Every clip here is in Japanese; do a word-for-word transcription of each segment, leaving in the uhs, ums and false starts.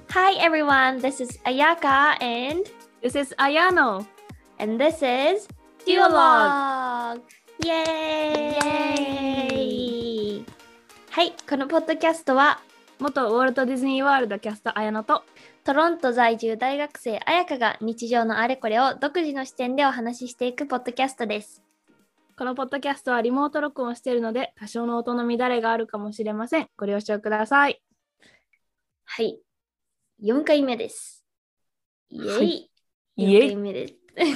Hi everyone, this is Ayaka and This is Ayano. and this is Duologue. イエーイはい、このポッドキャストは元ウォルト・ディズニー・ワールドキャスト綾乃とトロント在住大学生Ayakaが日常のあれこれを独自の視点でお話ししていくポッドキャストです。 このポッドキャストはリモート録音しているので多少の音の乱れがあるかもしれません。ご了承ください。 はい、よんかいめです。イエイ、はい、 イエイよんかいめです。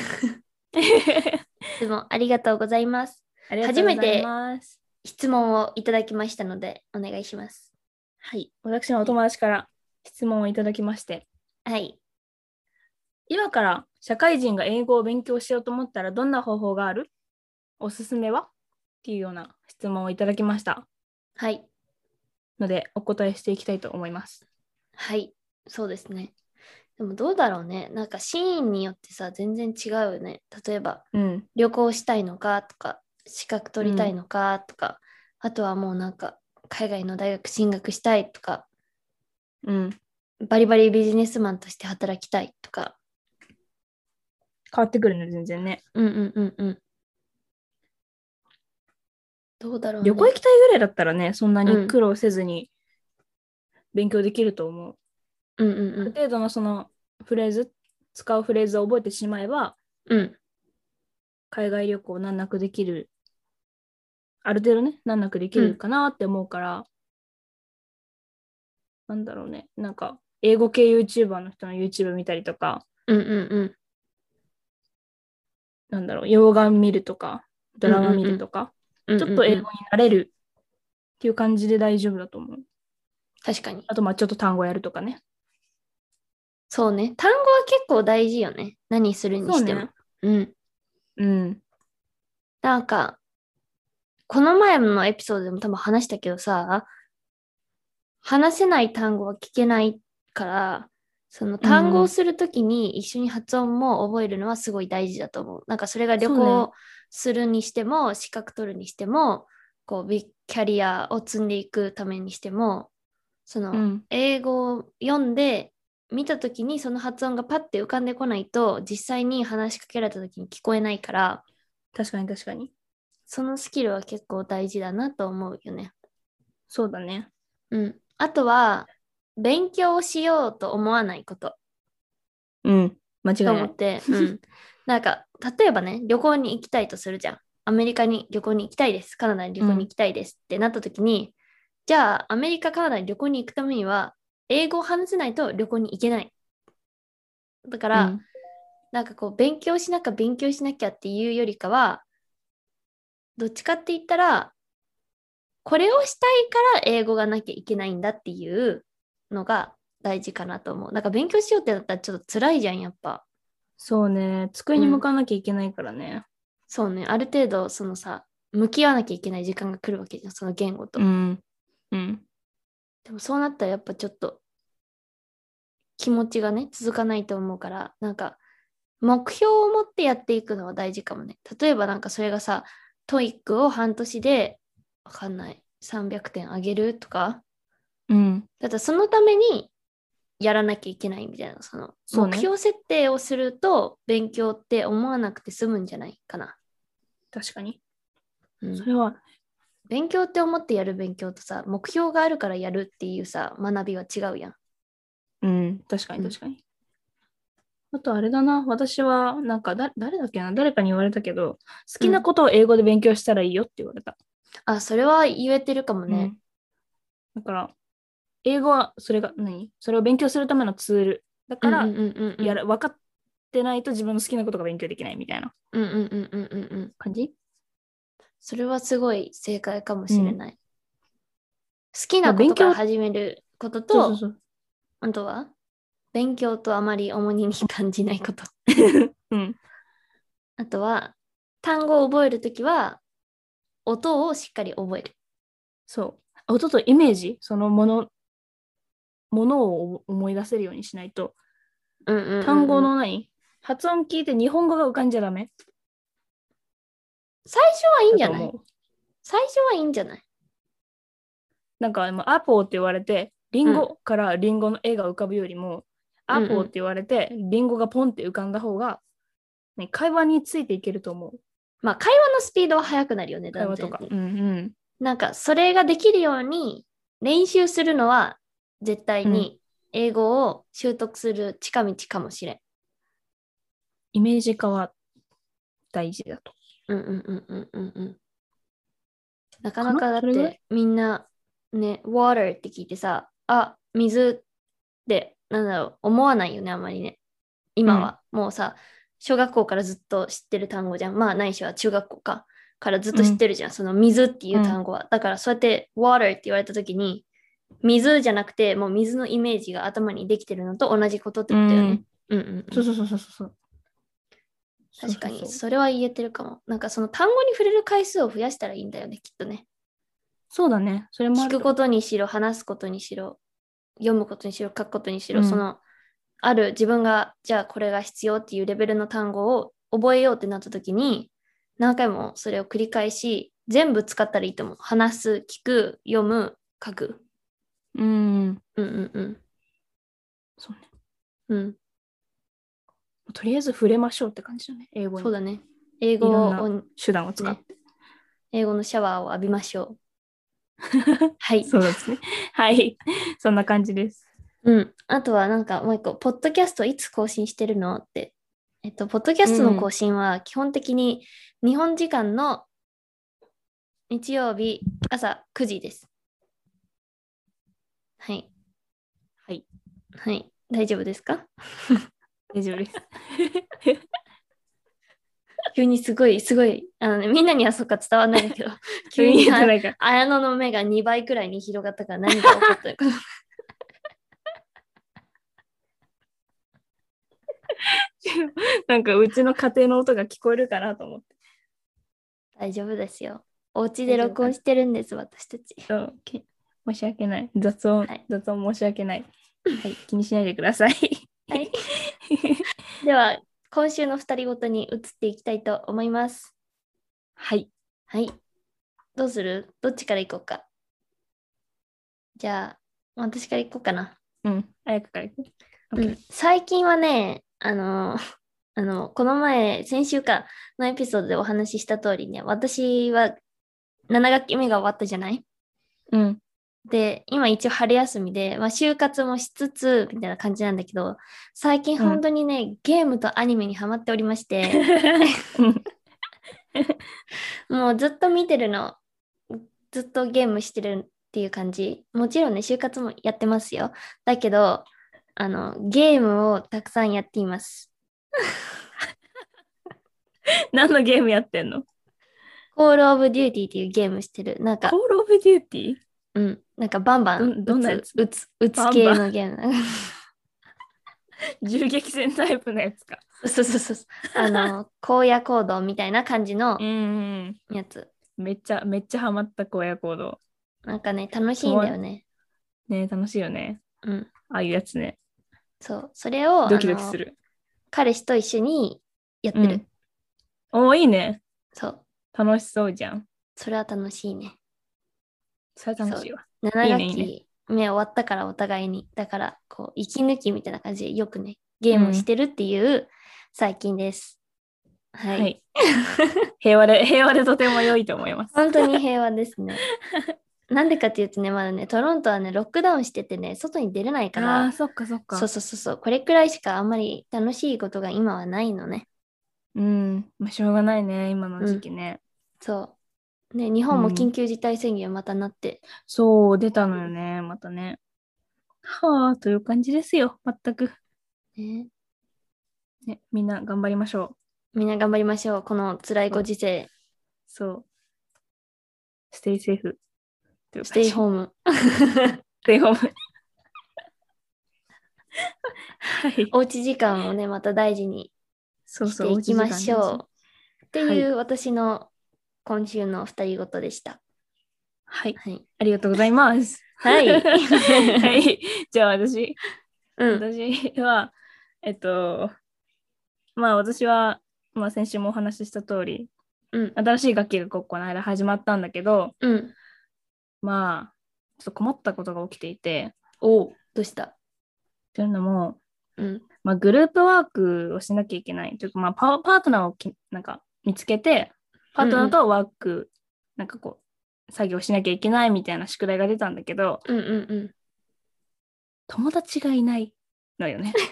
いつもありがとうございます。 ありがとうございます。 質問をいただきましたのでお願いします。 はい、私のお友達から質問をいただきまして、 はい。 今から社会人が英語を勉強しようと思ったらどんな方法がある？おすすめは？っていうような質問をいただきました。 はい。 のでお答えしていきたいと思います。 はい、そうですね。でもどうだろうね。なんかシーンによってさ、全然違うよね。例えば、 うん、 旅行したいのかとか、資格取りたいのかとか、うん、あとはもうなんか、海外の大学進学したいとか、 うん、 バリバリビジネスマンとして働きたいとか。 変わってくるね、全然ね。 うんうんうんうん。どうだろうね。 旅行行きたいぐらいだったらね、そんなに苦労せずに勉強できると思う。 うんうんうん、 ある程度のそのフレーズ、使うフレーズを覚えてしまえば、 うん、 海外旅行難なくできる、ある程度ね、難なくできるかなって思うから、うん、なんだろうね、なんか、英語系 YouTuber の人の YouTube 見たりとか、 うんうんうん、 なんだろう、洋画見るとか、ドラマ見るとか、 うんうんうん、 ちょっと英語になれるっていう感じで大丈夫だと思う。 確かに。 あと、まあちょっと単語やるとかね。 そうね。単語は結構大事よね。何するにしても。 そうね。 うん。 うん。 なんか、この前のエピソードでも多分話したけどさ、話せない単語は聞けないから、その単語をするときに一緒に発音も覚えるのはすごい大事だと思う。なんかそれが旅行するにしても、ね、資格取るにしても、こうビキャリアを積んでいくためにしても、その英語を読んで見たときにその発音がパッて浮かんでこないと、実際に話しかけられたときに聞こえないから、 確かに確かに。 そのスキルは結構大事だなと思うよね。 そうだね。 うん。あとは、勉強をしようと思わないこと。 うん。間違いない。 と思って、うん。なんか、例えばね、旅行に行きたいとするじゃん。アメリカに旅行に行きたいです。カナダに旅行に行きたいですってなった時に、うん、じゃあ、アメリカ、カナダに旅行に行くためには、英語を話せないと旅行に行けない。だから、うん、なんかこう、勉強しなきゃ勉強しなきゃっていうよりかは、どっちかって言ったら、これをしたいから英語がなきゃいけないんだっていうのが大事かなと思う。なんか勉強しようってなったらちょっと辛いじゃん、やっぱ。 そうね。机に向かなきゃいけないからね。うん、 そうね。ある程度、そのさ、向き合わなきゃいけない時間が来るわけじゃん、その言語と。 うん。うん。 でもそうなったらやっぱちょっと気持ちがね、続かないと思うから、なんか目標を持ってやっていくのは大事かもね。例えばなんかそれがさ、トイックを半年でわかんない。さんびゃくてんあげるとか。 うん。 だからそのためにやらなきゃいけないみたいな、その目標設定をすると勉強って思わなくて済むんじゃないかな。 確かに。 うん、 それは。 勉強って思ってやる勉強とさ、目標があるからやるっていうさ、学びは違うやん。 うん、確かに確かに。うん、あとあれだな、私はなんかだ誰だっけな、誰かに言われたけど、好きなことを英語で勉強したらいいよって言われた。 うん、あ、それは言えてるかもね。 うん、だから、英語はそれが何それを勉強するためのツール。だから、やる、分かってないと自分の好きなことが勉強できないみたいな感じ？ それはすごい正解かもしれない。うん、好きなことから始めることと、そうそうそう、あとは勉強とあまり重荷に感じないこと。うん、あとは単語を覚えるときは音をしっかり覚える。 そう。音とイメージ、そのもの、ものを思い出せるようにしないと、 うんうんうんうん、 単語の何発音聞いて日本語が浮かんじゃダメ。 最初はいいんじゃない？最初はいいんじゃない？ なんかアポーって言われて、 リンゴからリンゴの絵が浮かぶよりも、うん、アポって言われて、リンゴがポンって浮かんだ方が、ね、会話についていけると思う。 まあ、会話のスピードは速くなるよね、 会話とか。うんうん。 なんか、それができるように練習するのは、絶対に英語を習得する近道かもしれん。 イメージ化は大事だと。 うんうんうんうんうんうん。なかなかだってみんなね、water って聞いてさ、あ、水ってなんだろう、思わないよね、あんまりね。今は、うん、もうさ、小学校からずっと知ってる単語じゃん。まあ、ないしは中学校かからずっと知ってるじゃん。うん、その水っていう単語は。だからそうやって water って言われたときに、水じゃなくて、もう水のイメージが頭にできてるのと同じことってことよね。うん、うん、うんうん。 そうそうそうそうそう。 確かに、それは言えてるかも。なんかその単語に触れる回数を増やしたらいいんだよね、きっとね。 そうだね。それもある。 聞くことにしろ、話すことにしろ、読むことにしろ、書くことにしろ、うん、その、ある自分が、じゃあこれが必要っていうレベルの単語を覚えようってなった時に、何回もそれを繰り返し、全部使ったらいいと思う。話す、聞く、読む、書く。 うん。うんうんうん。 そうね。 うん。 とりあえず触れましょうって感じだね、英語に。 そうだね。英語を手段を使って、 ね、英語のシャワーを浴びましょう。はい。 そうですね。はい。そんな感じです。 うん。あとはなんかもう一個、ポッドキャストいつ更新してるのって。えっと、ポッドキャストの更新は基本的に日本時間の日曜日朝くじです。はい。 はい。 はい。大丈夫ですか？ 大丈夫です。 急にすごい、すごい、あのね、みんなにはそっか伝わらないんだけど、急に綾野の目がにばいくらいに広がったから何が起こったのか。 なんかうちの家庭の音が聞こえるかなと思って。 大丈夫ですよ。お家で録音してるんです、私たち。 そう、申し訳ない。雑音、はい、雑音申し訳ない。はい、気にしないでください。 はい。では、今週の二人ごとに移っていきたいと思います。 はい。 はい。どうする？どっちから行こうか。じゃあ、私から行こうかな。 うん、早くから行こう。うん、最近はね、あの、あの、この前、先週かのエピソードでお話しした通りね、私はなな学期目が終わったじゃない？ うん。 で、今一応春休みで、まあ、就活もしつつ、みたいな感じなんだけど、最近本当にね、うん、ゲームとアニメにハマっておりまして、もうずっと見てるの、ずっとゲームしてるっていう感じ。もちろんね、就活もやってますよ。だけど、あの、ゲームをたくさんやっています。 何のゲームやってんの？ コールオブデューティーっていうゲームしてる。なんか、 コールオブデューティー？ うん。なんかバンバンどんなやつ？ 撃つ、撃つ系のゲーム。 銃撃戦タイプのやつか。 そうそうそう。あの、荒野行動みたいな感じのやつ。 めっちゃ、めっちゃハマった荒野行動。 なんかね、楽しいんだよね。 ね、楽しいよね。 うん。 ああいうやつね。 そう。それを、 ドキドキする。 彼氏と一緒にやってる。 うん、おー、いいね。 そう。 楽しそうじゃん。 それは楽しいね。 それは楽しいわ。 なな学期目終わったからお互いに。だから、こう、息抜きみたいな感じでよくね、ゲームしてるっていう最近です。うん、はい。はい、 平和で、平和でとても良いと思います。 本当に平和ですね。なんでかっていうとね、まだね、トロントはね、ロックダウンしててね、外に出れないから。 ああ、そっかそっか。 そうそうそうそう。これくらいしかあんまり楽しいことが今はないのね。 うん。まあ、しょうがないね、今の時期ね。 うん、そう。ね、日本も緊急事態宣言またなって。 うん、そう、出たのよね、またね。はあ、という感じですよ、全く。 ね。 ね、みんな頑張りましょう。みんな頑張りましょう。この辛いご時世。 そう。ステイセーフ。 ステイホーム。 ステイホーム。 はい。おうち時間をね、また大事にしていきましょう。そうそうっていう私の今週の二人ごとでした。 はい。はい、ありがとうございます。 はい。 はい。じゃあ私、 うん、 私は、えっと、まあ私は、まあ先週もお話しした通り、うん、新しい学期がこの間始まったんだけど、 うん、 まあ、ちょっと困ったことが起きていて、 おう、どうした？ というのも、 うんまあ、グループワークをしなきゃいけないというか、まあ、パパートナーをきなんか見つけて、パートナーとワーク、うんうん、なんかこう、作業しなきゃいけないみたいな宿題が出たんだけど、 うんうんうん、 友達がいないのよね。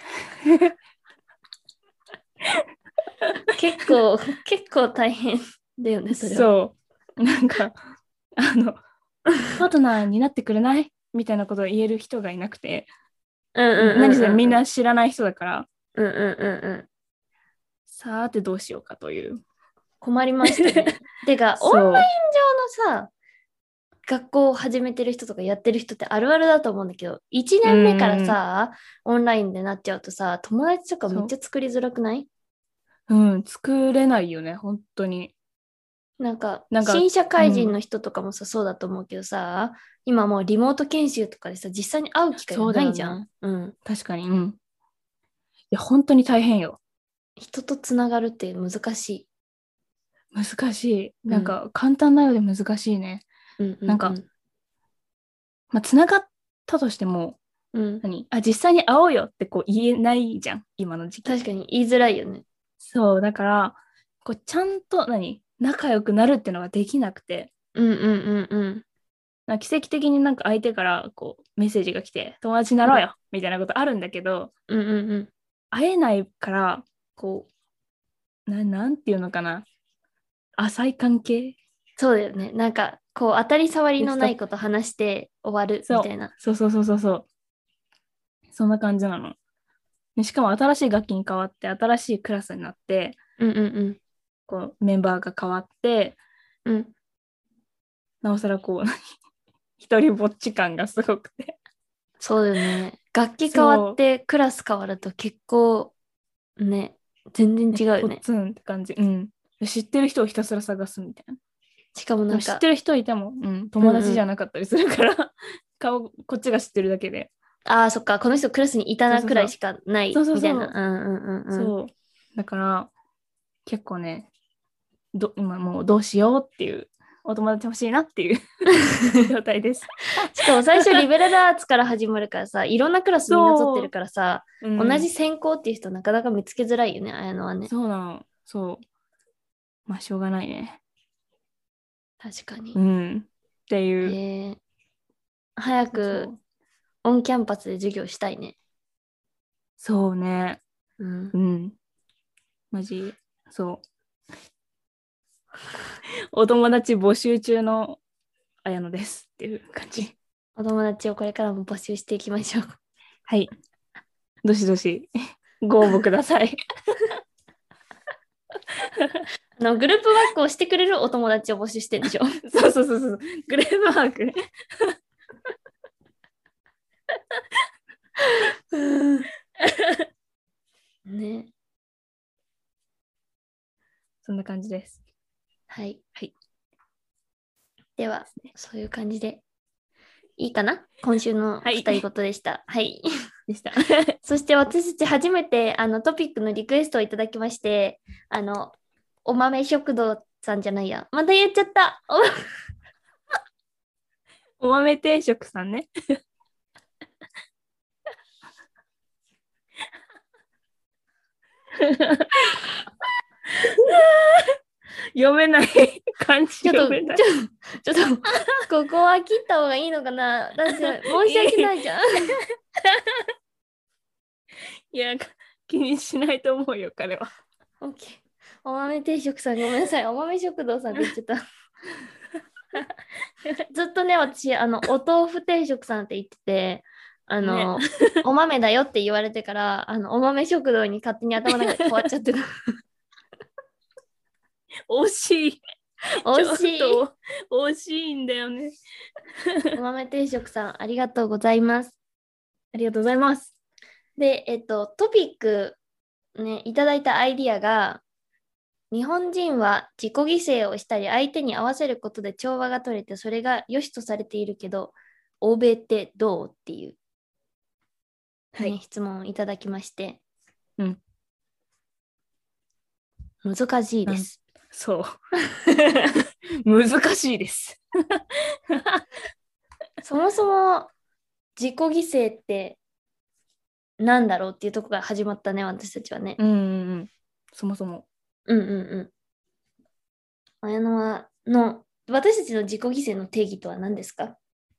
結構、結構大変だよね、それは。 そう。なんか、あの、パートナーになってくれないみたいなことを言える人がいなくて、何せみんな知らない人だから、 うんうんうんうん、 さーてどうしようかという。 困りましたね。てか、オンライン上のさ、学校を始めてる人とかやってる人ってあるあるだと思うんだけど、いちねんめからさ、オンラインでなっちゃうとさ、友達とかめっちゃ作りづらくない？ う、うん、作れないよね、本当に。 なんか、なんか新社会人の人とかもさ、うん、そうだと思うけどさ、今もうリモート研修とかでさ、実際に会う機会がないじゃん。うね、うん。 確かに、うん。いや、本当に大変よ。 人とつながるって難しい。 難しい。なんか、うん、簡単なようで難しいね。 うんうんうん、 なんか、まあ、つながったとしても、うん、何あ、実際に会おうよってこう言えないじゃん、今の時期。 確かに言いづらいよね。 そう、だから、こうちゃんと何仲良くなるっていうのができなくて。 うんうんうんうん。 なんか奇跡的になんか相手からこうメッセージが来て、友達になろうよ、うん、みたいなことあるんだけど、 うんうんうん、 会えないから、こう、な、なんていうのかな。浅い関係？ そうだよね。なんか、こう、当たり障りのないこと話して終わるみたいな。 そうそうそうそうそう。そんな感じなの。でしかも新しい学期に変わって、新しいクラスになって、 うんうんうん、 こうメンバーが変わって、 うん、 なおさらこう、一人ぼっち感がすごくて。 そうよね。楽器変わってクラス変わると結構ね、全然違うよね。 ポツンって感じ。うん。知ってる人をひたすら探すみたいな。 しかもなんか知ってる人いても、うん、友達じゃなかったりするから、うんうん、顔こっちが知ってるだけで。 ああ、そっか、この人クラスにいたなくらいしかないみたいな。うんうんうん。 そう。だから、結構ね、ど今もうどうしようっていう、お友達欲しいなっていう状態です。 しかも最初リベラルアーツから始まるからさ、いろんなクラスみんな取ってるからさ、うん、同じ専攻っていう人なかなか見つけづらいよね、あやのはね。 そうなの。そう。まあ、しょうがないね。 確かに。 うん。っていう。 えー、早くオンキャンパスで授業したいね。 そうね。 うん。 うん。マジ、そう。お友達募集中の綾乃ですっていう感じ。 お友達をこれからも募集していきましょう。 はい。どしどしご応募ください。 あのグループワークをしてくれるお友達を募集してるんでしょ。 そうそうそうそう。グループワークね。 ね。 そんな感じです。 はい。 はい。 では、そういう感じでいいかな？今週の二人ごとでした。はい。はい、 でした。 そして私たち初めてあのトピックのリクエストをいただきまして、あの、お豆食堂さんじゃないや。また言っちゃった。 お豆定食さんね。読めない漢字読めない。 ちょっと、ちょっと、ここは切った方がいいのかな。だって申し訳ないじゃん。 いや、気にしないと思うよ、彼は。 オッケー。お豆定食さん、ごめんなさい。お豆食堂さんって言っちゃった。ずっとね、私、あの、お豆腐定食さんって言ってて、あの、ね、お豆だよって言われてから、あの、お豆食堂に勝手に頭の中で変わっちゃってた。 惜しい。 惜しい。 惜しいんだよね。 お豆定食さん、ありがとうございます。 ありがとうございます。 で、えっと、トピック、ね、いただいたアイディアが、日本人は自己犠牲をしたり相手に合わせることで調和が取れてそれが良しとされているけど欧米ってどうっていう、はい、ね、質問をいただきまして、 うん、 難しいです。 そう難しいです。 そもそも自己犠牲ってなんだろうっていうところから始まったね、私たちはね。 うんうんうん。そもそも。 うんうんうん。綾乃はの、私たちの自己犠牲の定義とは何ですか？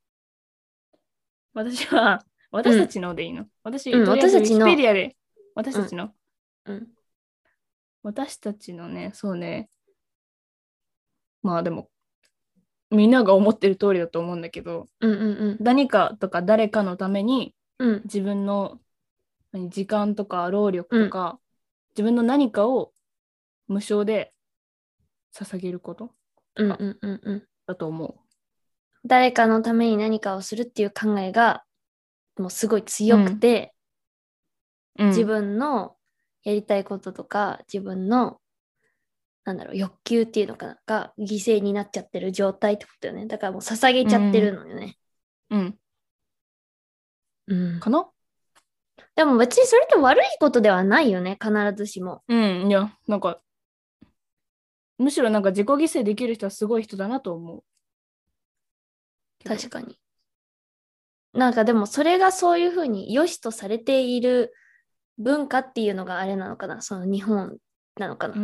私は、私たちのでいいの、私、 うん、 とりあえず、ウィキペ私たちの、 ディアで、私たちの、 うん、 私たちのね、そうね、まあでも、みんなが思ってる通りだと思うんだけど、 うんうんうん。 何かとか誰かのために、 うん、 自分の何時間とか労力うん、 とか、自分の何かを無償で捧げることとかうんうんうんうん。 だと思誰かのために何かをするっていう考えが、もうすごいう。う強くん。 て、自うん。 分のやりたいこととか、自分の、なんだろう、欲求っていうのかな、が犠牲になっちゃってる状態ってことよね。だからもう捧げちゃってるのよね。 うん。 うん。 かな。 でも別にそれって悪いことではないよね、必ずしも。 うん。いや、なんか、むしろなんか自己犠牲できる人はすごい人だなと思う。 確かに。なんかでもそれがそういうふうに良しとされている文化っていうのがあれなのかな、その日本なのかな。 うん。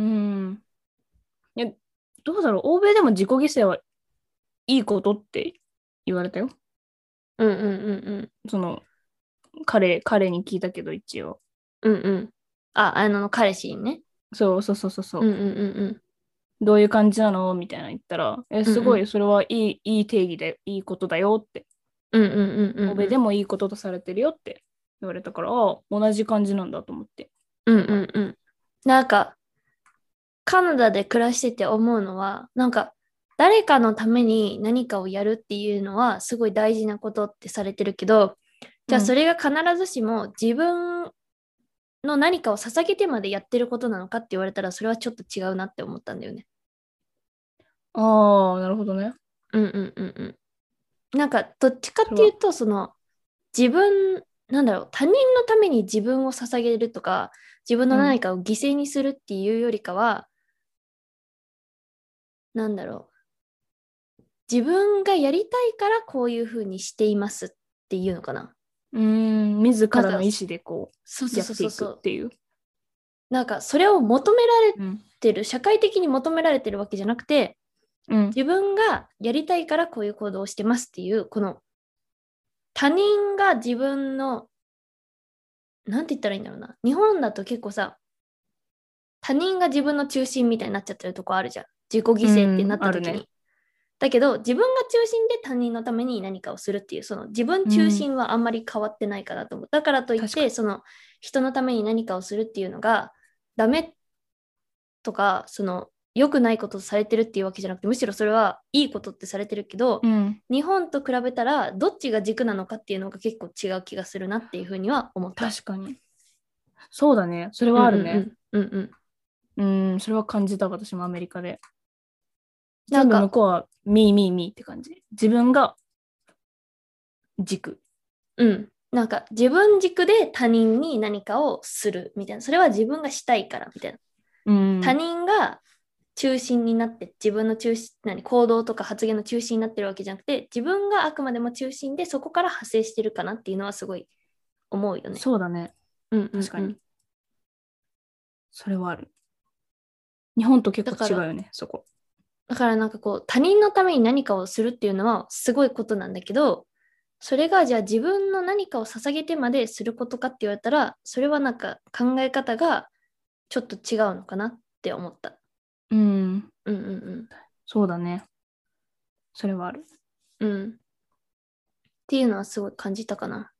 いや、どうだろう。欧米でも自己犠牲はいいことって言われたよ。 うんうんうんうん。 その、彼、彼に聞いたけど、一応。 うんうん。あ、あの、彼氏にね。 そうそうそうそうそう。 うんうんうんうん。 どういう感じなのみたいな言ったら、え、すごい、 うんうん。 それはいい、いい定義で、いいことだよって。 うんうんうんうん欧米うん。 でもいいこととされてるよって言われたから、あ、同じ感じなんだと思って。 うんそれは。 うんうん。なんか、カナダで暮らしてて思うのは、なんか、誰かのために何かをやるっていうのはすごい大事なことってされてるけど、じゃあそうん。 れが必ずしも自分の何かを捧げてまでやってることなのかって言われたら、それはちょっと違うなって思ったんだよね。 ああ、なるほどね。 うんうんうんうん。なんか、どっちかっそれは。 ていうと、その、自分、なんだろう、他人のために自分を捧げるとか、自分のうん。 何かを犠牲にするっていうよりかは、なんだろう、自分がやりたいからこういうふうにしていますっていうのかな。 うーん、自なんか、 らの意思でこう、 そうそうそうやっていそうそう。 くっていう。 なんか、それを求められうん。 てる、社会的に求められてるわけじゃなくて、 うん。 自分がやりたいからこういう行動をしてますっていう、この他人が自分の、なんて言ったらいいんだろうな。日本だと結構さ、他人が自分の中心みたいになっちゃってるとこあるじゃん。自己犠う牲ってなん、あるね。 った時に。だけど、自分が中心で他人のために何かをするっていう、その自分中うん、 心はあんまり変わってないかなと思う。だからといって、 確かその人のために何かをするっていうのがダメとか、その良くないことされてるっていうわけじゃなくて、むしろそれはいいことってされてるけど、 に。うん、 日本と比べたらどっちが軸なのかっていうのが結構違う気がするなっていうふうには思った。 確かに。そうだね。それうんうはあるね。 んうんうんうん。 うん、それは感じた、私もアメリカで。全部向なんか、 こうは、ミーミーミーって感じ。自分が軸。 うん。なんか自分軸で他人に何かをするみたいな。それは自分がしたいからみたいな。 うん、 他人が中心になって自分の中心、何、行動とか発言の中心になってるわけじゃなくて、自分があくまでも中心でそこから派生してるかなっていうのはすごい思うよね。 そうだね。 うんうん確かに。 うん。 それはある。日本と結だから、 構違うよね、そこ。 だからなんかこう他人のために何かをするっていうのはすごいことなんだけど、それがじゃあ自分の何かを捧げてまですることかって言われたら、それはなんか考え方がちょっと違うのかなって思った。 うん、 うんうんそうだね。それはある。 うん。うん。っていうのはすごい感じたかな。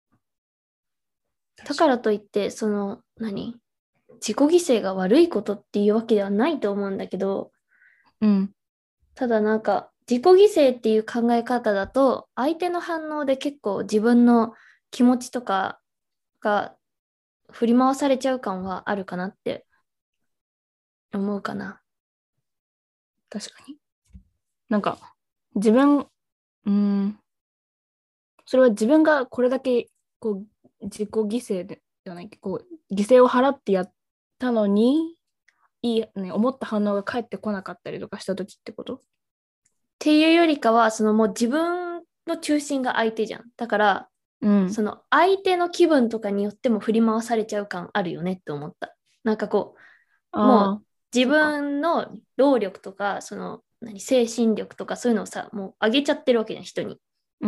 だからといって、その、何自己犠牲が悪いことっていうわけではないと思うんだけど、 うん、 ただなんか、自己犠牲っていう考え方だと、相手の反応で結構自分の気持ちとかが振り回されちゃう感はあるかなって思うかな。 確かに。なんか、自分、うん、それは自分がこれだけこう自己犠牲でじゃないこう犠牲を払ってやったのにいい、ね、思った反応が返ってこなかったりとかした時ってこと？ っていうよりかは、そのもう自分の中心が相手じゃん。だから、 うん、 その相手の気分とかによっても振り回されちゃう感あるよねって思った。なんかこう、もう自分の労力とか、その何精神力とかそういうのをさ、もう上げちゃってるわけじゃん、人に。 うん、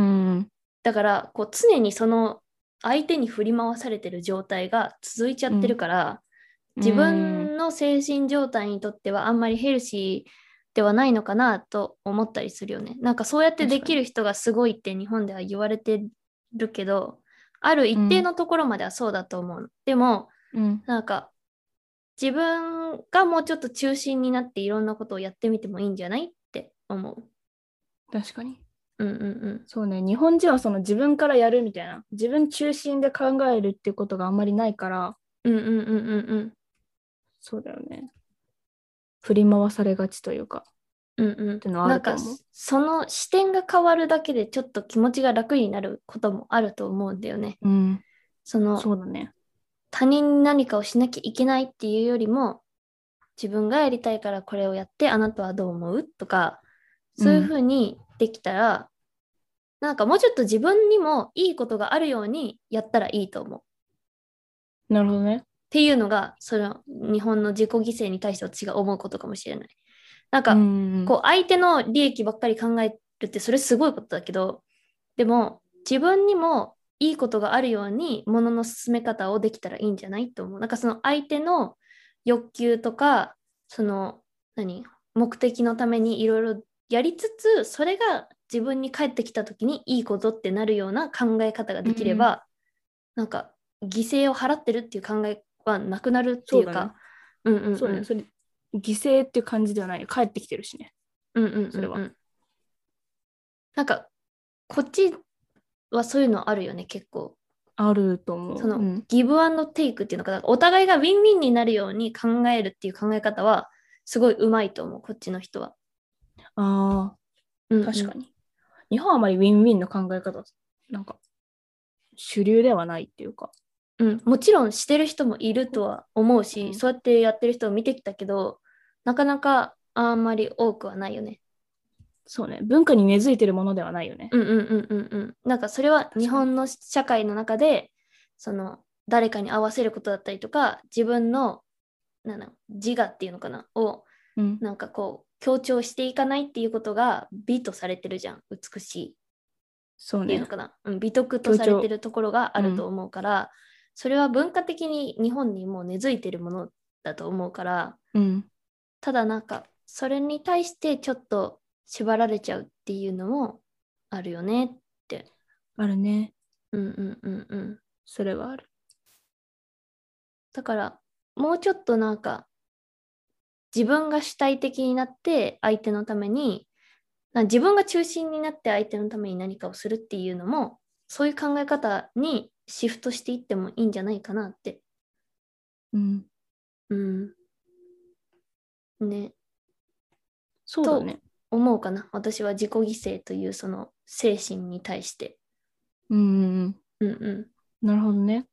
だからこう常にその相手に振り回されてる状態が続いちゃってるから、うん、自分の精神状態にとってはあんまりヘルシーではないのかなと思ったりするよね。なんかそうやってできる人がすごいって日本では言われてるけど、ある一定のところまではそうだと思う。うん、でも、 うん、 なんか自分がもうちょっと中心になっていろんなことをやってみてもいいんじゃないって思う。 確かに。 うんうんうん。 そうね、日本人はその自分からやるみたいな、自分中心で考えるっていうことがあんまりないから、 うんうんうんうんうん。 そうだよね。振り回されがちというか、 うんうん。 っていうのはあると思う。 なんかその視点が変わるだけでちょっと気持ちが楽になることもあると思うんだよね。 うん。 そのそうだね。 他人に何かをしなきゃいけないっていうよりも、自分がやりたいからこれをやってあなたはどう思うとか、そういうふうにできたら、うん、なんかもうちょっと自分にもいいことがあるようにやったらいいと思う。 なるほどね。 っていうのが、その日本の自己犠牲に対して私が思うことかもしれない。なんか、 うんこう相手の利益ばっかり考えるってそれすごいことだけど、でも自分にもいいことがあるように物の進め方をできたらいいんじゃないと思う。なんかその相手の欲求とか、その何目的のためにいろいろやりつつ、それが自分に返ってきた時にいいことってなるような考え方ができれば、うん、なんか犠牲を払ってるっていう考えはなくなるっていうか、 そうだね。うんうんうん。そうね。それ犠牲っていう感じではないよ。帰ってきてるしね。 うんうんうんうん。 それは。 なんかこっちはそういうのあるよね、結構。 あると思う。 その、 うん、 ギブアンドテイクっていうのかな、お互いがウィンウィンになるように考えるっていう考え方は、すごいうまいと思う、こっちの人は。 ああ、 うんうん、 確かに。日本はあまりウィンウィンの考え方、なんか、主流ではないっていうか。 うん、もちろんしてる人もいるとは思うし、うん、そうやってやってる人を見てきたけど、なかなかあんまり多くはないよね。 そうね。文化に根付いてるものではないよね。 うんうんうんうんうん。なんかそれは日本の社会の中で、その誰かに合わせることだったりとか、自分のなんだ自我っていうのかなを、うん、なんかこう強調していかないっていうことが美とされてるじゃん。美しいっていうのかな。う、ね、うん、美徳とされてるところがあると思うから、うん、それは文化的に日本にもう根付いてるものだと思うから、 うん、 ただなんかそれに対してちょっと縛られちゃうっていうのもあるよねって。 あるね。 うんうんうんうん。 それはある。 だからもうちょっとなんか自分が主体的になって相手のために、自分が中心になって相手のために何かをするっていうのも、そういう考え方にシフトしていってもいいんじゃないかなって。 うん。 うん。ね。 そうだね。 と思うかな。私は自己犠牲というその精神に対して。 うん。 うんうん。 なるほどね。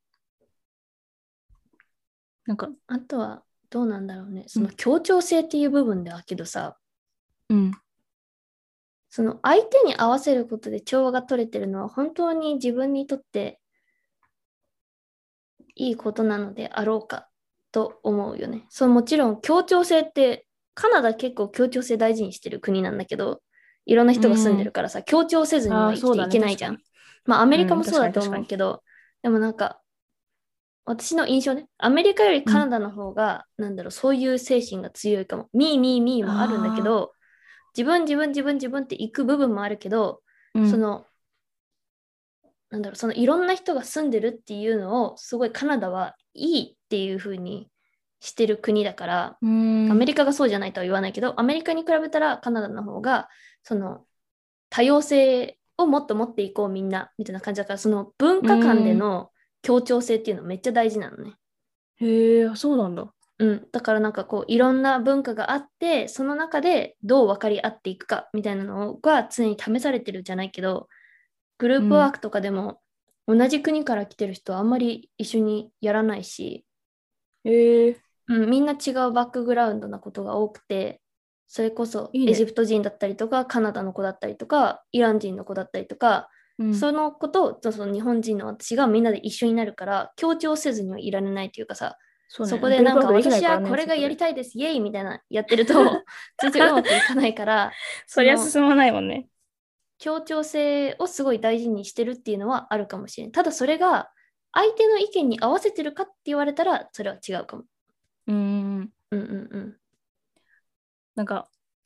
なんか、 あとはどうなんだろうね。その協調性っていう部分ではけどさ、 うん。 その相手に合わせることで調和が取れてるのは本当に自分にとっていいことなのであろうかと思うよね。そう、もちろん協調性ってカナダ結構協調性大事にしてる国なんだけど、いろんな人が住んでるからさ、協調せずには生きていけないじゃん。ね、まあアメリカもそうだと思うけど、うん、でもなんか私の印象ね、アメリカよりカナダの方が、うん、なんだろう、そういう精神が強いかも。ミーミーミーもあるんだけど、自分自分自分自分っていく部分もあるけど、うん、そのなんだろう、そのいろんな人が住んでるっていうのをすごいカナダはいいっていう風にしてる国だから、アメリカがそうじゃないとは言わないけど、アメリカに比べたらカナダの方がその多様性をもっと持っていこうみんなみたいな感じだから、その文化間での協調性っていうのめっちゃ大事なのね。 へえ、そうなんだ。 うん、だからなんかこういろんな文化があって、その中でどう分かり合っていくかみたいなのが常に試されてるじゃないけど、グループワークとかでも、同じ国から来てる人はあんまり一緒にやらないし、 えーうん、みんな違うバックグラウンドなことが多くて、それこそエジプト人だったりとか、いいね、カナダの子だったりとか、イラン人の子だったりとか、 うん、そのことをその日本人の私がみんなで一緒になるから強調せずにはいられないというかさ、そ,、ね、そこでなんか私はこれがやりたいです、イエイみたいなやってると全然うまくいかないからそりゃ進まないもんね。 協調性をすごい大事にしてるっていうのはあるかもしれない。ただそれが相手の意見に合わせてるかって言われたらそれは違うかも。 うーん。 うんうんうん。 なんか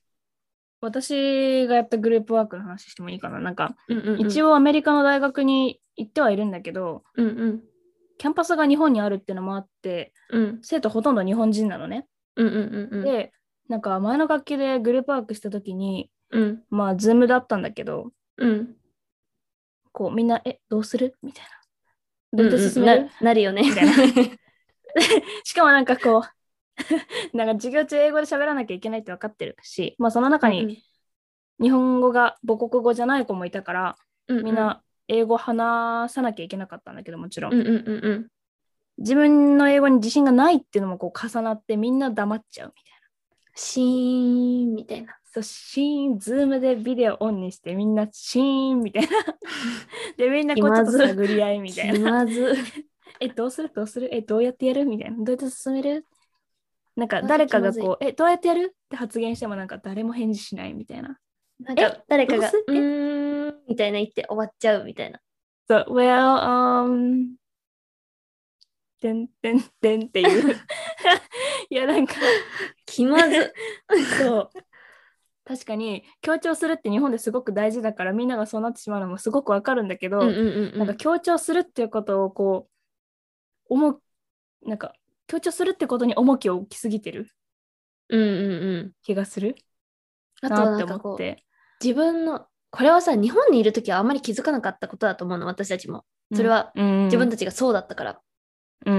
私がやったグループワークの話してもいいかな。なんか、うんうんうん、一応アメリカの大学に行ってはいるんだけど、 うんうん、 キャンパスが日本にあるっていうのもあって、うん、生徒ほとんど日本人なのね。 うんうんうんうん、 で、なんか前の学期でグループワークした時に、 うん、 まあ、ズームだったんだけど、 うん、 こうみんな、え、どうするみたいな。どうやって進める、 うんうん、な, なるよね。 みたいな。しかもなんかこう、なんか授業中英語で喋らなきゃいけないって分かってるし、まあその中に日本語が母国語じゃない子もいたから、うんうん、みんな英語話さなきゃいけなかったんだけど、もちろん。 うんうんうんうん、 自分の英語に自信がないっていうのもこう重なってみんな黙っちゃうみたいな。 シーンみたいな。 そう、シーン、ズームでビデオオンにしてみんなシーンみたいな。で、みんなこうちょっと探り合いみたいな。 気まず。 え、どうするどうするえ、どうやってやるみたいな。どうやって進めるなんか誰かがこう、え、どうやってやるって発言してもなんか誰も返事しないみたいな。 なんか誰かが、うーんみたいな言って終わっちゃうみたいな。 そう、well, um, てんてんてんっていう。いや、なんか、 気まず。 そう。確かに強調するって日本ですごく大事だからみんながそうなってしまうのもすごくわかるんだけど、うんうんうんうん、なんか強調するっていうことをこう重なんか強調するってことに重きを置きすぎてる気がする、 うんうんうん、あとはなんかこう自分のこれはさ日本にいるときはあんまり気づかなかったことだと思うの、私たちも。それは自分たちがそうだったから、 うんうん、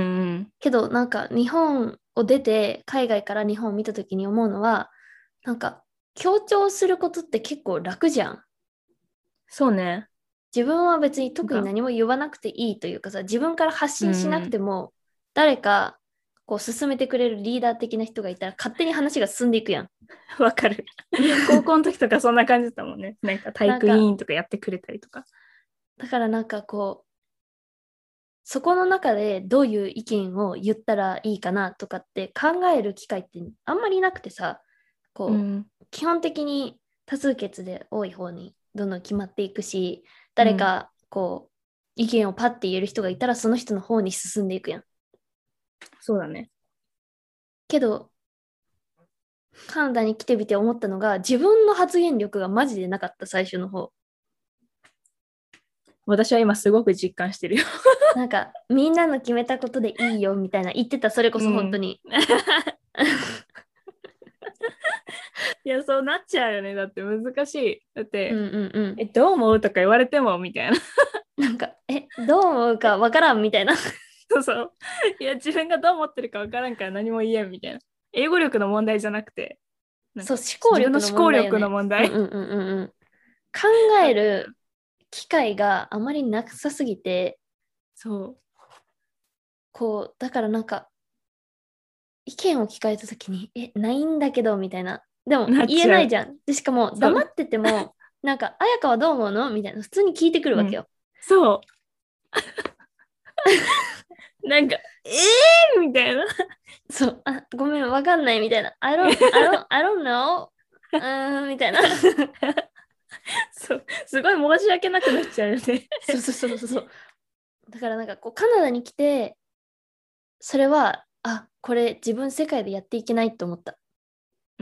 けどなんか日本を出て海外から日本を見たときに思うのはなんか強調することって結構楽じゃん。 そうね。 自分は別に特に何も言わなくていいというかさ、自分から発信しなくても、誰かこう進めてくれるリーダー的な人がいたら勝手に話が進んでいくやん。 わかる。高校の時とかそんな感じだったもんね。なんか体育委員とかやってくれたりとか。 だからなんかこう、そこの中でどういう意見を言ったらいいかなとかって考える機会ってあんまりなくてさ、こう、うん、基本的に多数決で多い方にどんどん決まっていくし、誰かこう、うん、意見をパッて言える人がいたらその人の方に進んでいくやん。 そうだね。 けどカナダに来てみて思ったのが自分の発言力がマジでなかった、最初の方。 私は今すごく実感してるよ。 なんかみんなの決めたことでいいよみたいな言ってた、それこそ本当に。うんいや、そうなっちゃうよね。だって難しい。だって、 うんうんうん、 え、どう思うとか言われてもみたいな。 なんか、え、どう思うかわからんみたいな。 そうそう。いや、自分がどう思ってるかわからんから何も言えんみたいな。英語力の問題じゃなくて、 そう、思考力の問題、ね、 思考力の問題。 うんうんうんうん、考える機会があまりなさすぎて、 そう。 こう、だからなんか、意見を聞かれたときに、え、ないんだけど、みたいな。でも、言えないじゃん。で、しかも、黙ってても、なんか、彩香はどう思うのみたいな、普通に聞いてくるわけよ。うん、 そう。なんか、えーみたいな。 そう、あ、ごめん、わかんないみたいな。I don't, I don't, I don't know. うーん、みたいな。 そう、すごい申し訳なくなっちゃうよね。 そうそうそうそう。だからなんかこう、カナダに来て、それは、あ、これ自分世界でやっていけないと思った。 うん。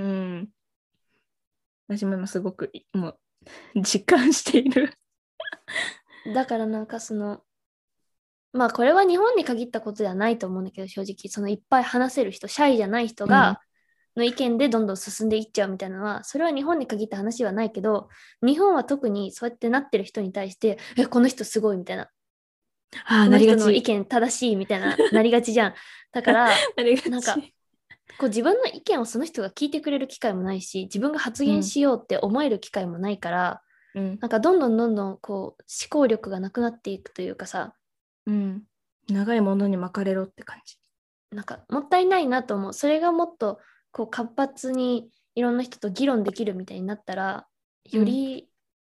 私も今すごくもう実感している。 だからなんかその、まあこれは日本に限ったことではないと思うんだけど、正直そのいっぱい話せる人、シャイじゃない人が、うん、の意見でどんどん進んでいっちゃうみたいなのは、それは日本に限った話はないけど、日本は特にそうやってなってる人に対して、え、この人すごいみたいな。 あ、 この人の意見正しいみたいな、なりがちじゃん。だから、なんか、こう自分の意見をその人が聞いてくれる機会もないし、自分が発言しようって思える機会もないから、うん、なんかどんどんどんどんこう思考力がなくなっていくというかさ、 うん、長いものに巻かれろって感じ。 なんかもったいないなと思う。それがもっとこう活発にいろんな人と議論できるみたいになったら、より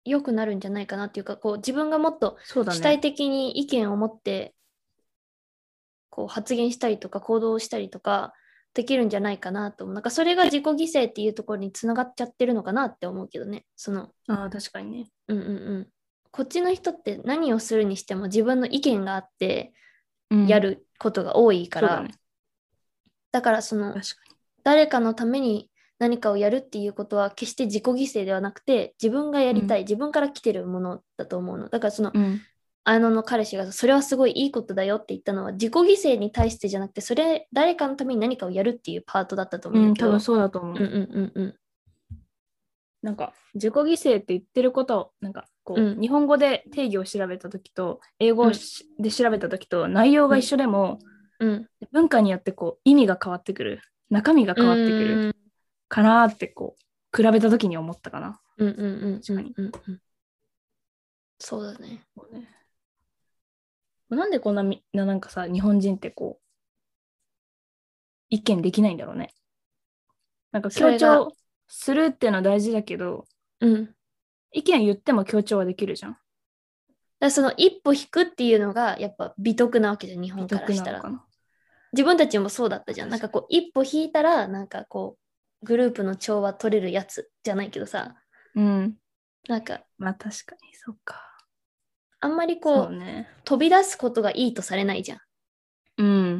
良くなるんじゃないかなっていうか、こう自分がもっとそうだね。 主体的に意見を持ってこう発言したりとか行動したりとかできるんじゃないかなと思う。なんかそれが自己犠牲っていうところにつながっちゃってるのかなって思うけどね。その、 ああ、確かにね。 うんうんうん。こっちの人って何をするにしても自分の意見があってやることが多いから、 うん、そうだね。 だからその誰かのために何かをやるっていうことは決して自己犠牲ではなくて自分がやりたい、うん、自分から来てるものだと思うの。だからその、うん、あのの彼氏がそれはすごいいいことだよって言ったのは自己犠牲に対してじゃなくてそれ誰かのために何かをやるっていうパートだったと思うんだけど、 うん、多分そうだと思う。 うんうんうんうん。 なんか自己犠牲って言ってることをなんかこう、うん、日本語で定義を調べたときと英語で調べたときと内容が一緒でも、うん、文化によってこう意味が変わってくる、中身が変わってくるかなってこう比べたときに思ったかな。 うんうんうん確かに、うんうん、そうだね。そうね。 なんでこんなみななんかさ日本人ってこう意見できないんだろうね。なんか強調するっていうのは大事だけど、 うん、 意見言っても強調はできるじゃん。だからその一歩引くっていうのがやっぱ美徳なわけじゃん、日本からしたら。自分たちもそうだったじゃん。なんかこう一歩引いたらなんかこうグループの調和取れるやつじゃないけどさ。 うん。 なんかまあ確かにそうか。 あんまりこう、うね、飛び出すことがいいとされないじゃん。 うん。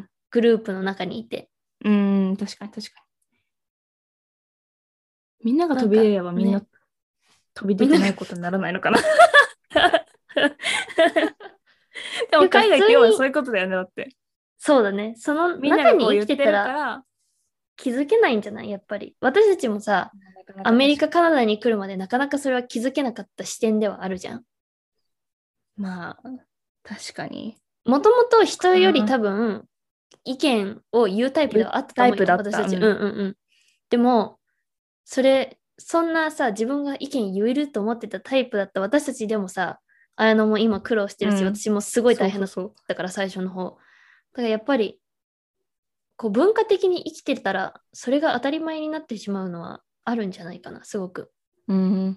グループの中にいて。 うん、確かに確かに。みんなが飛び出ればみんな、ね、飛び出てないことにならないのかな。でも海外って要はそういうことだよね、だって。 そうだね。その中に生きてたら気づけないんじゃないやっぱり。私たちもさ、アメリカ、カナダに来るまでなかなかそれは気づけなかった視点ではあるじゃん。 まあ、確かに。 もともと人より多分意見を言うタイプではあったと思うよ、私たち。うんうんうん。でも、それ、そんなさ、自分が意見言えると思ってたタイプだった私たちでもさ、綾乃も今苦労してるし、うん、私もすごい大変だったから、最初の方。だからやっぱり、こう文化的に生きてたら、それが当たり前になってしまうのはあるんじゃないかな、すごく。 うん。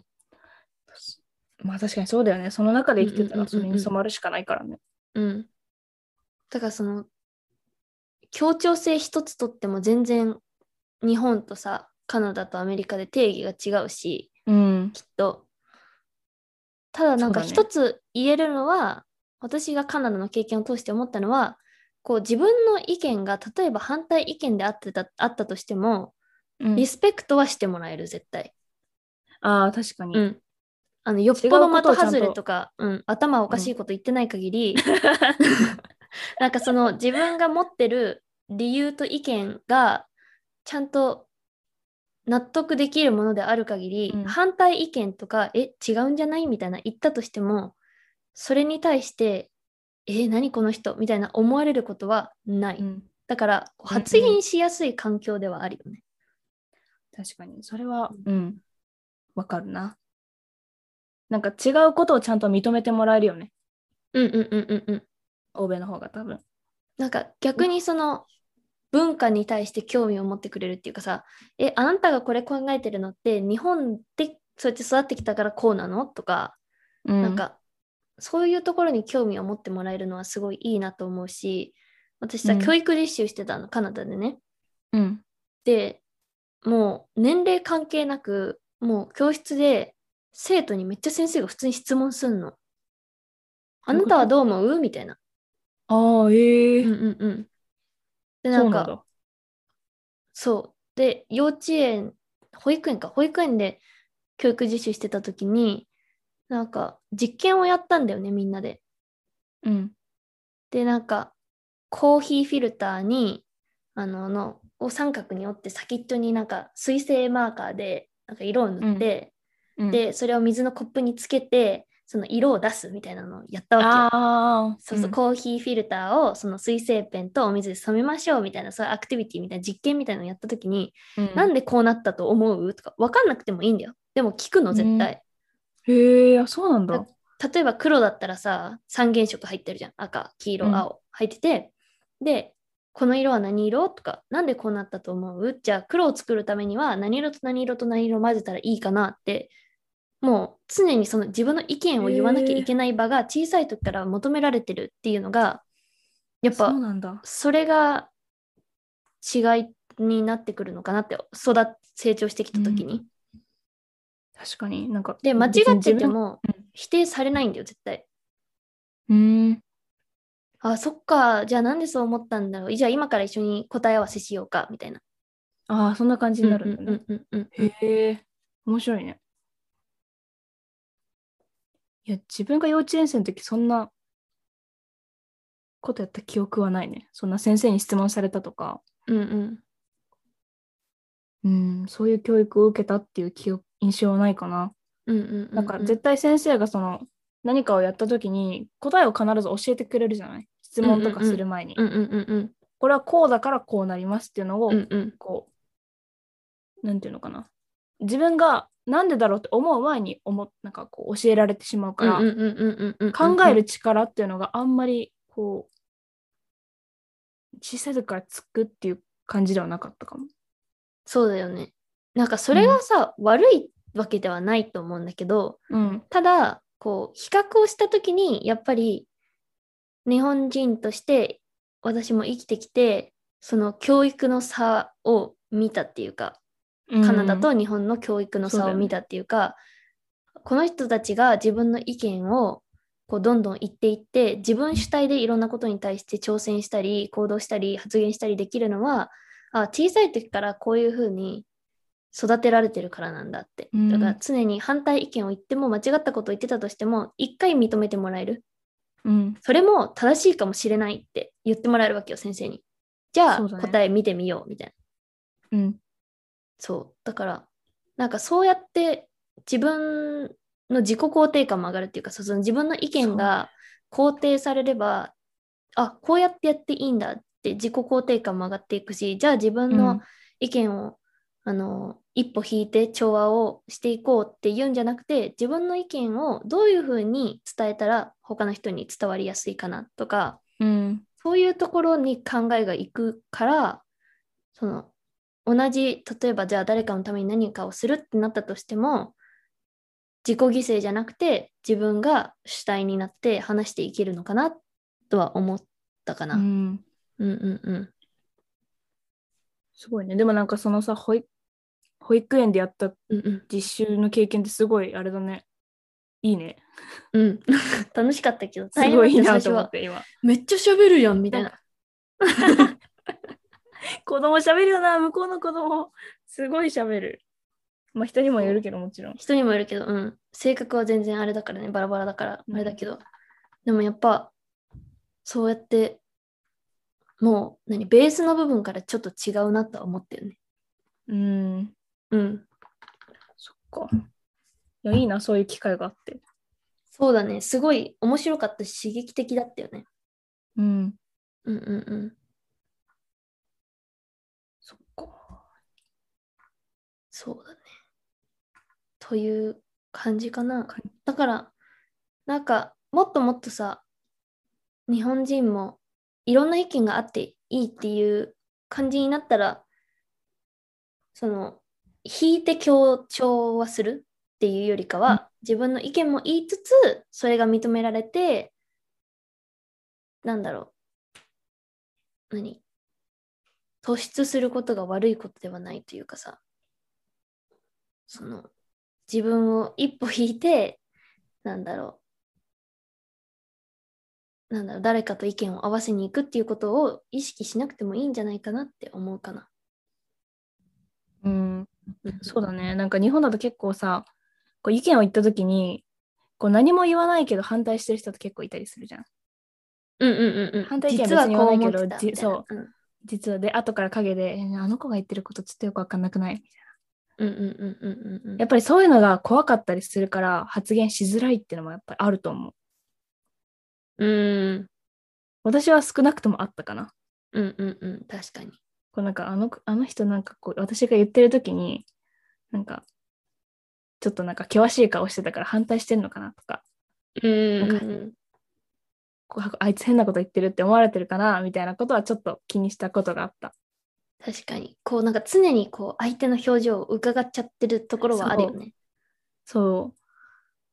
まあ確かにそうだよね。その中で生きてたらそれに染まるしかないからね。 うん。だからその、協調性一つとっても全然日本とさ、カナダとアメリカで定義が違うし、 うん、 きっと。ただなんか一つ言えるのは、ね、私がカナダの経験を通して思ったのは、こう自分の意見が例えば反対意見であってたあったとしても、うん、リスペクトはしてもらえる、絶対。 ああ、確かに。 うん。あのよっぽど的外れとか、うん、頭おかしいこと言ってない限り、うん、なんかその自分が持ってる理由と意見がちゃんと納得できるものである限り、うん、反対意見とか、え、違うんじゃないみたいな言ったとしても、それに対して、え、何この人みたいな思われることはない。うん、だから、発言しやすい環境ではあるよね。 うんうん、確かに、それは、うん、わかるな。なんか違うことをちゃんと認めてもらえるよね。 うんうんうんうんうん。 欧米の方が多分。 なんか逆にその、文化に対して興味を持ってくれるっていうかさ、え、あなたがこれ考えてるのって日本でそうやって育ってきたからこうなのとか、うん、なんかそういうところに興味を持ってもらえるのはすごいいいなと思うし、私さ、うん、教育実習してたの、カナダでね。 うん、 で、もう年齢関係なく、もう教室で生徒にめっちゃ先生が普通に質問すんの。あなたはどう思うみたいな。 ああ、ええー。 うんうんうん。で、なんか、そうなんだ。そう。で、幼稚園、保育園か、保育園で教育実習してた時に、なんか、実験をやったんだよね、みんなで。 うん。 で、なんか、コーヒーフィルターに、あの、のを三角に折って先っちょになんか水性マーカーでなんか色を塗って、うん、で、それを水のコップにつけて、その色を出すみたいなのをやったわけよ。あそうそう、うん、コーヒーフィルターをその水性ペンとお水で染めましょうみたいな、そういうアクティビティみたいな実験みたいなのをやったときに、うん、なんでこうなったと思うとか、分かんなくてもいいんだよ。でも聞くの、絶対。 うん、へえ、そうなんだ。 例えば黒だったらさ、三原色入ってるじゃん。赤、黄色、青、入ってて、うん、で、この色は何色とか、なんでこうなったと思うじゃあ黒を作るためには何色と何色と何色混ぜたらいいかなってもう常にその自分の意見を言わなきゃいけない場が小さい時から求められてるっていうのが、やっぱそうなんだ。 それが違いになってくるのかなって育っ成長してきた時に、 うん、確かになんかで間違ってても否定されないんだよ絶対。 うん。 あ、そっか、じゃあなんでそう思ったんだろう、じゃあ今から一緒に答え合わせしようかみたいな。 ああ、そんな感じになるんだね。 うんうんうんうん、 へえ、面白いね。いや、自分が幼稚園生の時そんなことやった記憶はないね。そんな先生に質問されたとか、 うんうんうん、そういう教育を受けたっていう記憶、印象はないかな。 うんうんなんかうん絶対先生がその何かをやった時に答えを必ず教えてくれるじゃない、質問とかする前に。 うんうんうんうんこれはこうだからこうなりますっていうのを、 うんうんこう、なんていうのかな。自分がなんでだろうって思う前に思なんかこう教えられてしまうから、考える力っていうのがあんまりこう、小さい時からつくっていう感じではなかったかも。 そうだよね。なんかそれがさ、うん、悪いわけではないと思うんだけど、 うん、 ただこう比較をした時にやっぱり日本人として私も生きてきてその教育の差を見たっていうか、 うん、 カナダと日本の教育の差を見たっていうか、うね、この人たちが自分の意見をこうどんどん言っていって自分主体でいろんなことに対して挑戦したり行動したり発言したりできるのは、あ、小さい時からこういうふうに育てられてるからなんだって。だから常に反対意見を言っても間違ったことを言ってたとしても一回認めてもらえる。 うん、 それも正しいかもしれないって言ってもらえるわけよ、先生に。じゃあ、答え見てみようみたいな。うん。 そう。だから、なんかそうやって自分の自己肯定感も上がるっていうか、その自分の意見が肯定されれば、あ、こうやってやっていいんだって自己肯定感も上がっていくし、じゃあ自分の意見を、うん、あの一歩引いて調和をしていこうっていうんじゃなくて、自分の意見をどういうふうに伝えたら他の人に伝わりやすいかなとか、 うん、 そういうところに考えがいくから、その同じ、例えばじゃあ誰かのために何かをするってなったとしても、自己犠牲じゃなくて自分が主体になって話していけるのかなとは思ったかな。うん、うんうんうん。 すごいね。でもなんかそのさ、保育、保育園でやった実習の経験ってすごいあれだね。いいね。 うん。楽しかったけど、 すごいいいなと思って今。 めっちゃ喋るやんみたいな。 子供喋るよな、向こうの子供。すごい喋る。まあ人にもよるけどもちろん。 人にもよるけど、うん。性格は全然あれだからね、バラバラだから、あれだけど。うん、でもやっぱ、そうやって、もう、何、ベースの部分からちょっと違うなとは思ってるね。 うん。 うん。 そっか。いや、いいな、そういう機会があって。 そうだね。すごい面白かったし、刺激的だったよね。 うん。 うんうんうん。 そっか。 そうだね。という感じかな。だから、なんか、もっともっとさ、日本人もいろんな意見があっていいっていう感じになったら、その、引いて強調はするっていうよりかは、うん、自分の意見も言いつつ、それが認められて、なんだろう、何突出することが悪いことではないというかさ、その、自分を一歩引いて、なんだろう、なんだろう、誰かと意見を合わせに行くっていうことを意識しなくてもいいんじゃないかなって思うかな。 うん、そうだね。なんか日本だと結構さ、こう意見を言ったときに、こう何も言わないけど反対してる人って結構いたりするじゃん。 うんうんうんうん。 反対意見は別に言わないけど、 じそう、うん、実はで、後から陰で、あの子が言ってることちょっとよくわかんなくないみたいな。うんうんうんうんうん。 やっぱりそういうのが怖かったりするから発言しづらいっていうのもやっぱりあると思う。 うん。 私は少なくともあったかな。 うんうんうん。確かに。 こうなんかあの、あの人なんかこう、私が言ってる時に、なんか、ちょっとなんか険しい顔してたから反対してんのかなとか。 うんうん、 なんかこうあいつ変なこと言ってるって思われてるかなみたいなことはちょっと気にしたことがあった。 確かに。こうなんか常にこう相手の表情を伺っちゃってるところはあるよね。 そう。そう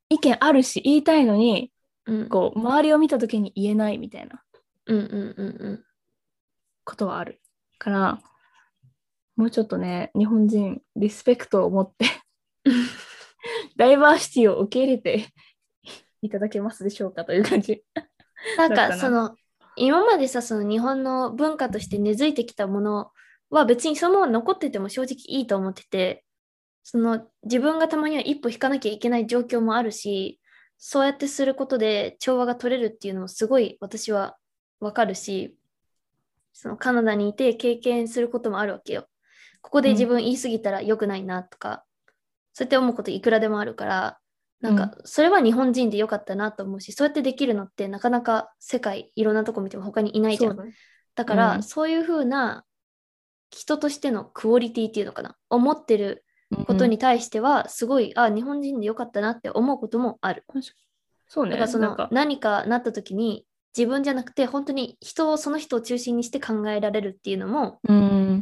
意見あるし言いたいのに、 うん、 こう周りを見た時に言えないみたいなうんうんうんうんことはあるから、もうちょっとね、日本人リスペクトを持ってダイバーシティを受け入れていただけますでしょうかという感じなんかだったな。 その今までさ、その日本の文化として根付いてきたものは別にそのまま残ってても正直いいと思ってて、その自分がたまには一歩引かなきゃいけない状況もあるし、そうやってすることで調和が取れるっていうのもすごい私はわかるし、そのカナダにいて経験することもあるわけよ。ここで自分言い過ぎたら良くないなとか、そうやって思うこといくらでもあるから、なんかそれは日本人で良かったなと思うし、そうやってできるのってなかなか世界いろんなとこ見ても他にいないじゃん。 そうだね。 だから、 うんそういう風な人としてのクオリティっていうのかな、思ってることに対してはすごい、あ、日本人で良かったなって思うこともある。 そうね。 だからそのなんか、 何かなった時に自分じゃなくて本当に人をその人を中心にして考えられるっていうのも、 うん、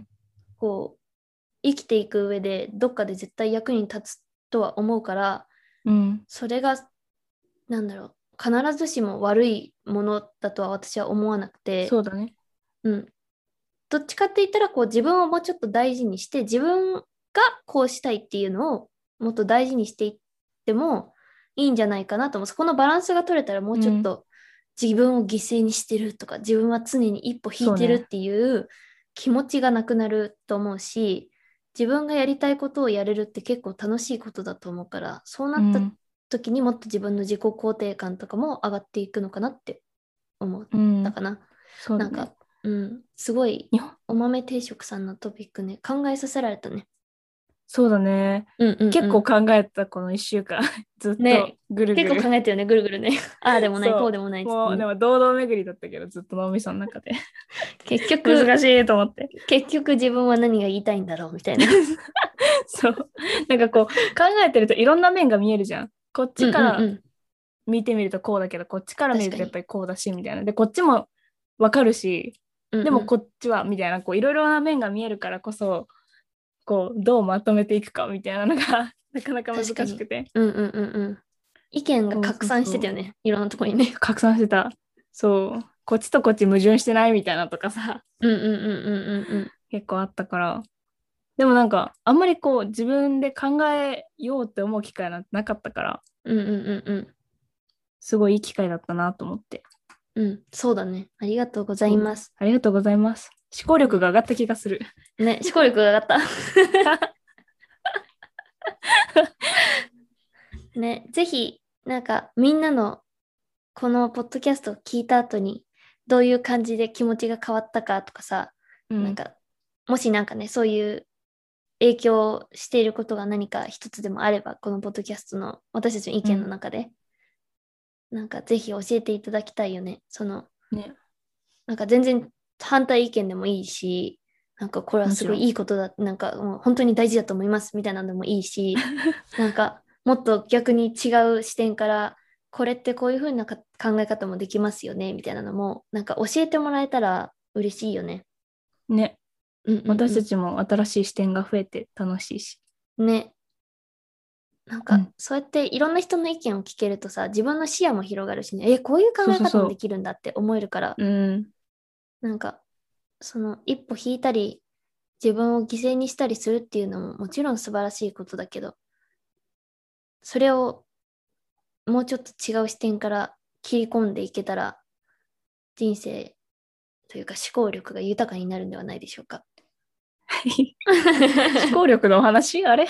こう生きていく上でどっかで絶対役に立つとは思うから、 うん、 それがなんだろう、必ずしも悪いものだとは私は思わなくて、 そうだね。 うん、どっちかって言ったらこう自分をもうちょっと大事にして、自分がこうしたいっていうのをもっと大事にしていってもいいんじゃないかなと思う。そこのバランスが取れたらもうちょっと自分を犠牲にしてるとか、自分は常に一歩引いてるっていう気持ちがなくなると思うし、自分がやりたいことをやれるって結構楽しいことだと思うから、そうなった時にもっと自分の自己肯定感とかも上がっていくのかなって思ったかな。うん、 そうだね。 なんか、うん、すごいお豆定食さんのトピックね、考えさせられたね。 そうだね。 うんうんうん、 結構考えた、このいっしゅうかん。ずっとね、 ぐるぐる。 結構考えたよね、ぐるぐるね。ああでもない、こうでもないっつってね。 もう、でも堂々巡りだったけど、ずっと脳みその中で。 結局、 難しいと思って。 結局自分は何が言いたいんだろうみたいな。 そう。なんかこう、考えてるといろんな面が見えるじゃん。こっちから見てみるとこうだけど、うんうんうん、こっちから見るとやっぱりこうだし、みたいな。で、こっちもわかるし、でもこっちは、みたいな、こう、いろいろな面が見えるからこそ、こう、どうまとめていくか、みたいなのが、なかなか難しくて。 うんうんうんうん。意見が拡散してたよね。そうそうそう、いろんなとこにね。 拡散してた。そう。こっちとこっち矛盾してないみたいなとかさ。 うんうんうんうんうんうん。 結構あったから。でもなんか、あんまりこう、自分で考えようって思う機会なんてなかったから。 うんうんうんうん。 すごいいい機会だったなと思って。 うん、そうだね。ありがとうございます。 ありがとうございます。思考力が上がった気がする。 ね、思考力が上がった。ね、ぜひ、なんかみんなのこのポッドキャストを聞いた後にどういう感じで気持ちが変わったかとかさ、うん、なんかもしなんかね、そういう影響していることが何か一つでもあれば、このポッドキャストの私たちの意見の中で、うん、なんかぜひ教えていただきたいよね。その、 ね、 なんか全然反対意見でもいいし、なんかこれはすごいいいことだ、なんかもう本当に大事だと思いますみたいなのでもいいし、なんかもっと逆に違う視点から、これってこういう風な考え方もできますよねみたいなのも、なんか教えてもらえたら嬉しいよね。 ね。うんうんうん、私たちも新しい視点が増えて楽しいし。 ね。なんか、うん、そうやっていろんな人の意見を聞けるとさ、自分の視野も広がるしね、え、こういう考え方もできるんだって思えるから、 そうそうそう、うん、 なんか、その一歩引いたり、自分を犠牲にしたりするっていうのももちろん素晴らしいことだけど、それをもうちょっと違う視点から切り込んでいけたら、人生というか思考力が豊かになるんではないでしょうか。 思考力のお話あれ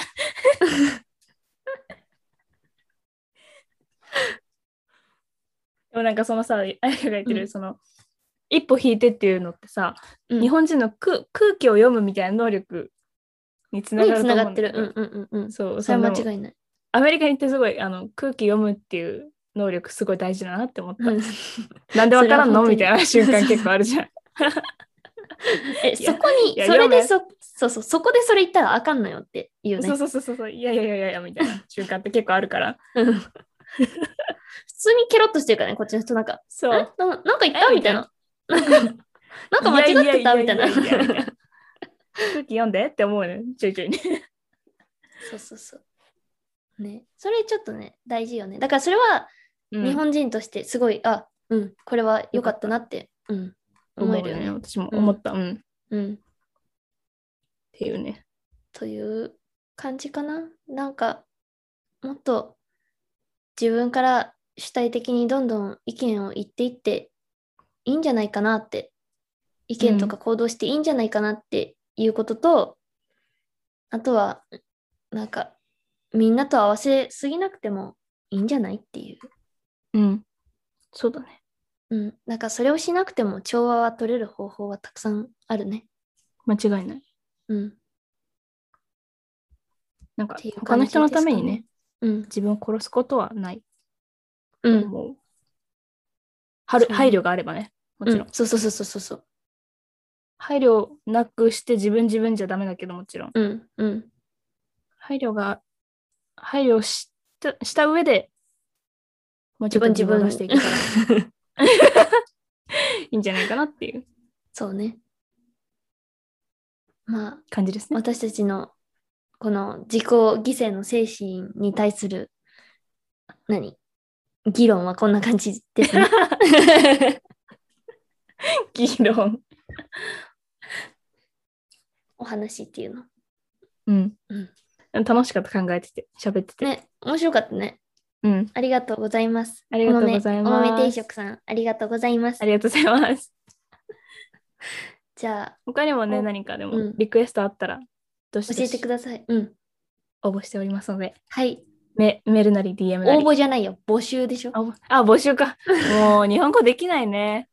でもなんかそのさ、あやが言ってる、うん、その一歩引いてっていうのってさ、うん、日本人の空気を読むみたいな能力につながると思うんだけど、 うんうんうんうん、 そう、 それは間違いない。 アメリカに行ってすごいあの空気読むっていう能力すごい大事だなって思った。うん、なんでわからんのみたいな瞬間結構あるじゃん。 え、そこに、それでそ、そうそう、そこでそれ言ったらあかんのよって言うね。 そうそうそうそう、いやいやいやいやいやみたいな瞬間って結構あるから。 普通にケロッとしてるからね、こっちの人なんか。 そう。 な, なんか言ったみたいな。なんか間違ってたみたいな。 空気読んでって思うね、ちょいちょいね。 そうそうそう。 ね、それちょっとね、大事よね。だからそれは日本人としてすごい、うん、あ、うん、これは良かったなって、うん、思えるよね。 思うね。私も思った。うん。うん。 うん、 っていうね。 という感じかな。なんか、もっと自分から主体的にどんどん意見を言っていっていいんじゃないかなって、意見とか行動していいんじゃないかなっていうことと、うん、あとは、なんか、みんなと合わせすぎなくてもいいんじゃないっていう。 うん。そうだね。 うん。なんかそれをしなくても調和は取れる方法はたくさんあるね。 間違いない。 うん。 なんか、他の人のためにね、 うん、 自分を殺すことはないと思う。うん、配慮があればね、もちろん。 うん、そうそうそうそうそう。 配慮なくして自分自分じゃダメだけどもちろん。 うんうん。 配慮が、配慮した、した上で、もうちょっと自分を出していけたらいいんじゃないかなっていう。 そうね。まあ、 感じですね。 私たちのこの自己犠牲の精神に対する何議論はこんな感じですね。 議論。 お話っていうの。 うん。うん、楽しかった考えてて、喋ってて。 ね、面白かったね。 うん。 ありがとうございます。 ありがとうございます。 お豆定食さん、ありがとうございます。 ありがとうございます。 じゃあ、 他にもね、何かでもリクエストあったら、どしどし教えてください。うん。 応募しておりますので。 はい。 メ, メールなり ディーエム なり。 応募じゃないよ。募集でしょ。 あ、募集か。もう日本語できないね。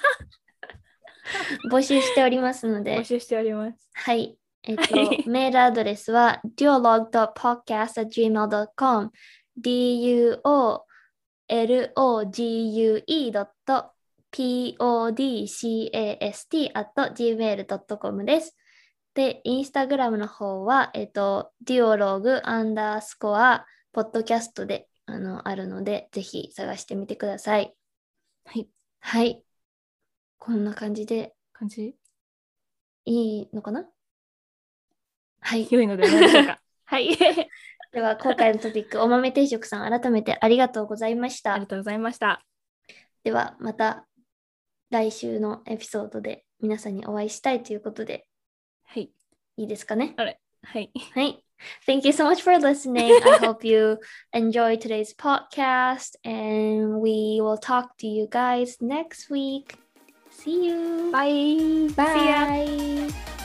募集しておりますので。 募集しております。 はい。えっと、はい、メールアドレスは デュオログドットポッドキャスト アット ジーメール ドットコム ディーユーオーエルオージーユーイー ドット ピーオーディーキャスト アット ジーメール ドットコム です。で、インスタグラムの方は、えっと、デュオログアンダースコアポッドキャストであのあるので、ぜひ探してみてください。 はい。 はい。こんな感じで。 感じいいのかな？はい。 良いのではないでしょうか。はい。 では、今回のトピック、お豆定食さん、改めてありがとうございました。 ありがとうございました。 では、また来週のエピソードで皆さんにお会いしたいということで、 はい。 いいですかね？ あれ。はい。 はい。Thank you so much for listening. I hope you enjoyed today's podcast, and we will talk to you guys next week. See you. Bye. Bye. See ya.